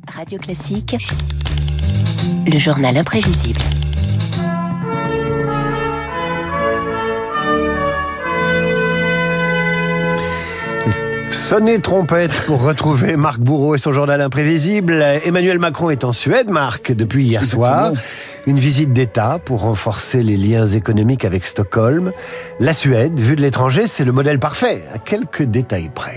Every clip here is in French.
Radio Classique, le journal imprévisible. Sonnez trompette pour retrouver Marc Bourreau et son journal imprévisible. Emmanuel Macron est en Suède, Marc, depuis hier soir. Une visite d'État pour renforcer les liens économiques avec Stockholm. La Suède, vue de l'étranger, c'est le modèle parfait, à quelques détails près.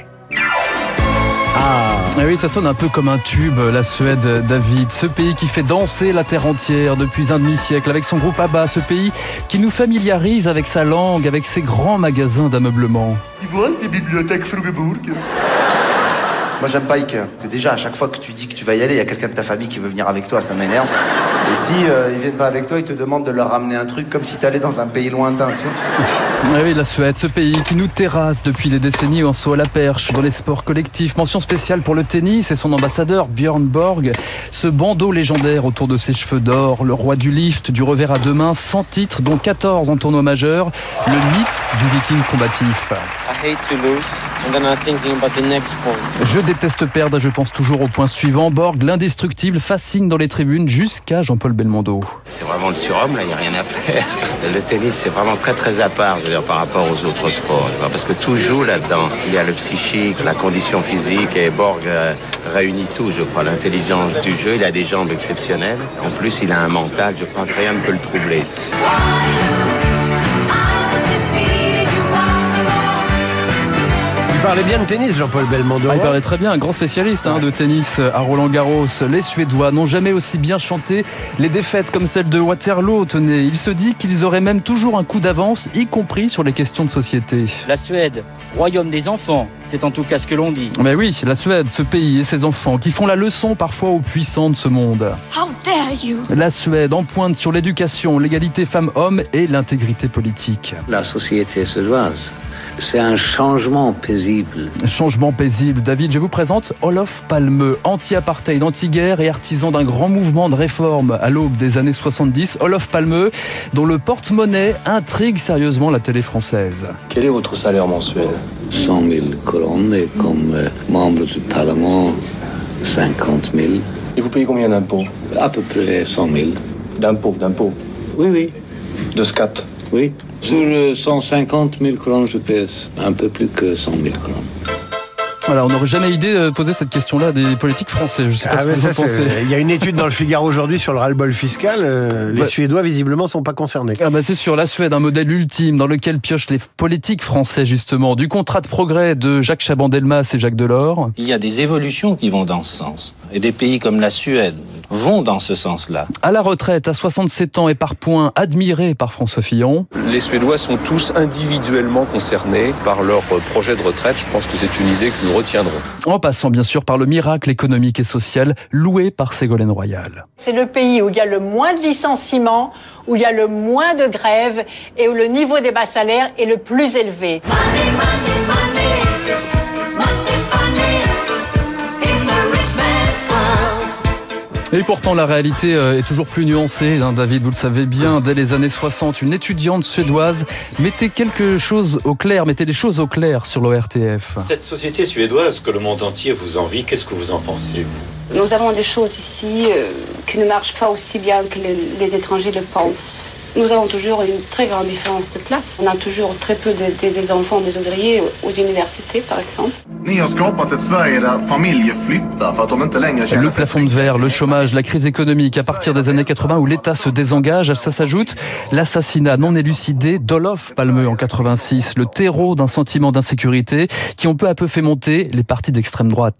Ah oui, ça sonne un peu comme un tube, la Suède, David. Ce pays qui fait danser la terre entière depuis un demi-siècle avec son groupe ABBA. Ce pays qui nous familiarise avec sa langue, avec ses grands magasins d'ameublement. Il vous reste des bibliothèques Frugeburg? Moi j'aime pas Ikea. Déjà à chaque fois que tu dis que tu vas y aller, il y a quelqu'un de ta famille qui veut venir avec toi, ça m'énerve. Et si ils viennent pas avec toi, ils te demandent de leur ramener un truc comme si t'allais dans un pays lointain, tu vois. Ah oui, la Suède, ce pays qui nous terrasse depuis des décennies en saut à la perche, dans les sports collectifs. Mention spéciale pour le tennis et son ambassadeur Björn Borg. Ce bandeau légendaire autour de ses cheveux d'or, le roi du lift, du revers à deux mains, 100 titres, dont 14 en tournoi majeur, le mythe du viking combatif. I hate to lose, and then I'm thinking about the next point. Je déteste perdre, je pense toujours au point suivant. Borg, l'indestructible, fascine dans les tribunes jusqu'à Jean-Paul Belmondo. C'est vraiment le surhomme, là, il n'y a rien à faire. Le tennis, c'est vraiment très très à part, je veux dire, par rapport aux autres sports. Parce que tout joue là-dedans. Il y a le psychique, la condition physique, et Borg réunit tout, je crois. L'intelligence du jeu, il a des jambes exceptionnelles. En plus, il a un mental, je crois que rien ne peut le troubler. Il parlait bien de tennis, Jean-Paul Belmondo. Il parlait très bien, un grand spécialiste de tennis à Roland-Garros. Les Suédois n'ont jamais aussi bien chanté les défaites comme celle de Waterloo. Tenez, il se dit qu'ils auraient même toujours un coup d'avance, y compris sur les questions de société. La Suède, royaume des enfants, c'est en tout cas ce que l'on dit. Mais oui, la Suède, ce pays et ses enfants qui font la leçon parfois aux puissants de ce monde. How dare you? La Suède en pointe sur l'éducation, l'égalité femmes-hommes et l'intégrité politique. La société suédoise, c'est un changement paisible. Changement paisible. David, je vous présente Olof Palme, anti-apartheid, anti-guerre et artisan d'un grand mouvement de réforme à l'aube des années 70. Olof Palme, dont le porte-monnaie intrigue sérieusement la télé française. Quel est votre salaire mensuel? 100 000 couronnes et comme membre du Parlement, 50 000. Et vous payez combien d'impôts? À peu près 100 000. D'impôts? Oui. De scat? Oui. Sur 150 000 couronnes, je paie un peu plus que 100 000 couronnes. Voilà, on n'aurait jamais idée de poser cette question-là des politiques français. Je ne sais pas ce que vous en pensez. Il y a une étude dans le Figaro aujourd'hui sur le ras-le-bol fiscal. Les Suédois, visiblement, ne sont pas concernés. C'est sûr, la Suède, un modèle ultime dans lequel piochent les politiques français, justement. Du contrat de progrès de Jacques Chaban-Delmas et Jacques Delors. Il y a des évolutions qui vont dans ce sens. Et des pays comme la Suède vont dans ce sens-là. À la retraite, à 67 ans et par points, admiré par François Fillon. Les Suédois sont tous individuellement concernés par leur projet de retraite. Je pense que c'est une idée que nous retiendrons. En passant bien sûr par le miracle économique et social loué par Ségolène Royal. C'est le pays où il y a le moins de licenciements, où il y a le moins de grèves et où le niveau des bas salaires est le plus élevé. Money, money, money. Et pourtant, la réalité est toujours plus nuancée, David, vous le savez bien. Dès les années 60, une étudiante suédoise mettait les choses au clair sur l'ORTF. Cette société suédoise que le monde entier vous envie, qu'est-ce que vous en pensez? Nous avons des choses ici qui ne marchent pas aussi bien que les étrangers le pensent. Nous avons toujours une très grande différence de classe. On a toujours très peu des enfants, des ouvriers aux universités, par exemple. Le plafond de verre, le chômage, la crise économique à partir des années 80 où l'État se désengage, ça s'ajoute l'assassinat non élucidé d'Olof Palme en 86, le terreau d'un sentiment d'insécurité qui ont peu à peu fait monter les partis d'extrême droite.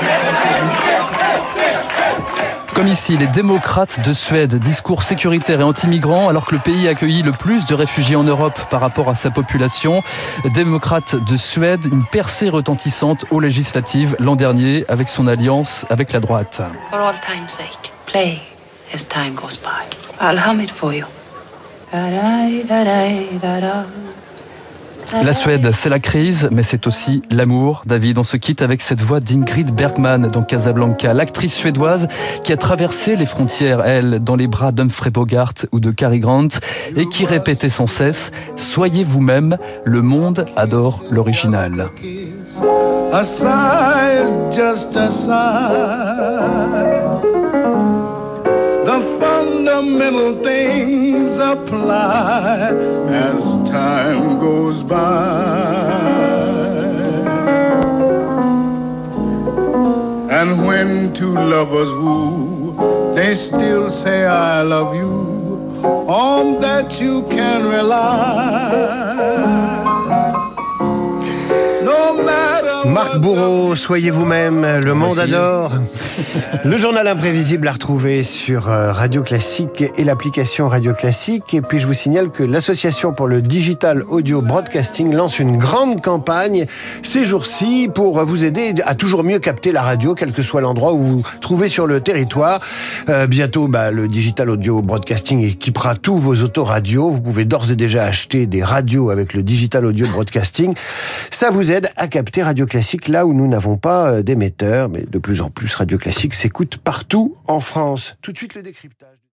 Comme ici, les démocrates de Suède, discours sécuritaire et anti-migrants, alors que le pays accueillit le plus de réfugiés en Europe par rapport à sa population. Démocrates de Suède, une percée retentissante aux législatives l'an dernier avec son alliance avec la droite. For all time's sake, play as time goes by. I'll hum it for you. La Suède, c'est la crise, mais c'est aussi l'amour. David, on se quitte avec cette voix d'Ingrid Bergman dans Casablanca, l'actrice suédoise qui a traversé les frontières, elle, dans les bras d'Humphrey Bogart ou de Cary Grant, et qui répétait sans cesse « Soyez vous-même, le monde adore l'original ». A sigh is just a sigh. apply as time goes by. And when two lovers woo, they still say I love you, on that you can rely. Marc Bourreau, soyez vous-même, le monde adore. Le journal imprévisible à retrouver sur Radio Classique et l'application Radio Classique. Et puis je vous signale que l'Association pour le Digital Audio Broadcasting lance une grande campagne ces jours-ci pour vous aider à toujours mieux capter la radio, quel que soit l'endroit où vous vous trouvez sur le territoire. Bientôt, le Digital Audio Broadcasting équipera tous vos autoradios. Vous pouvez d'ores et déjà acheter des radios avec le Digital Audio Broadcasting. Ça vous aide à capter Radio Classique là où nous n'avons pas d'émetteur, mais de plus en plus Radio Classique s'écoute partout en France. Tout de suite le décryptage.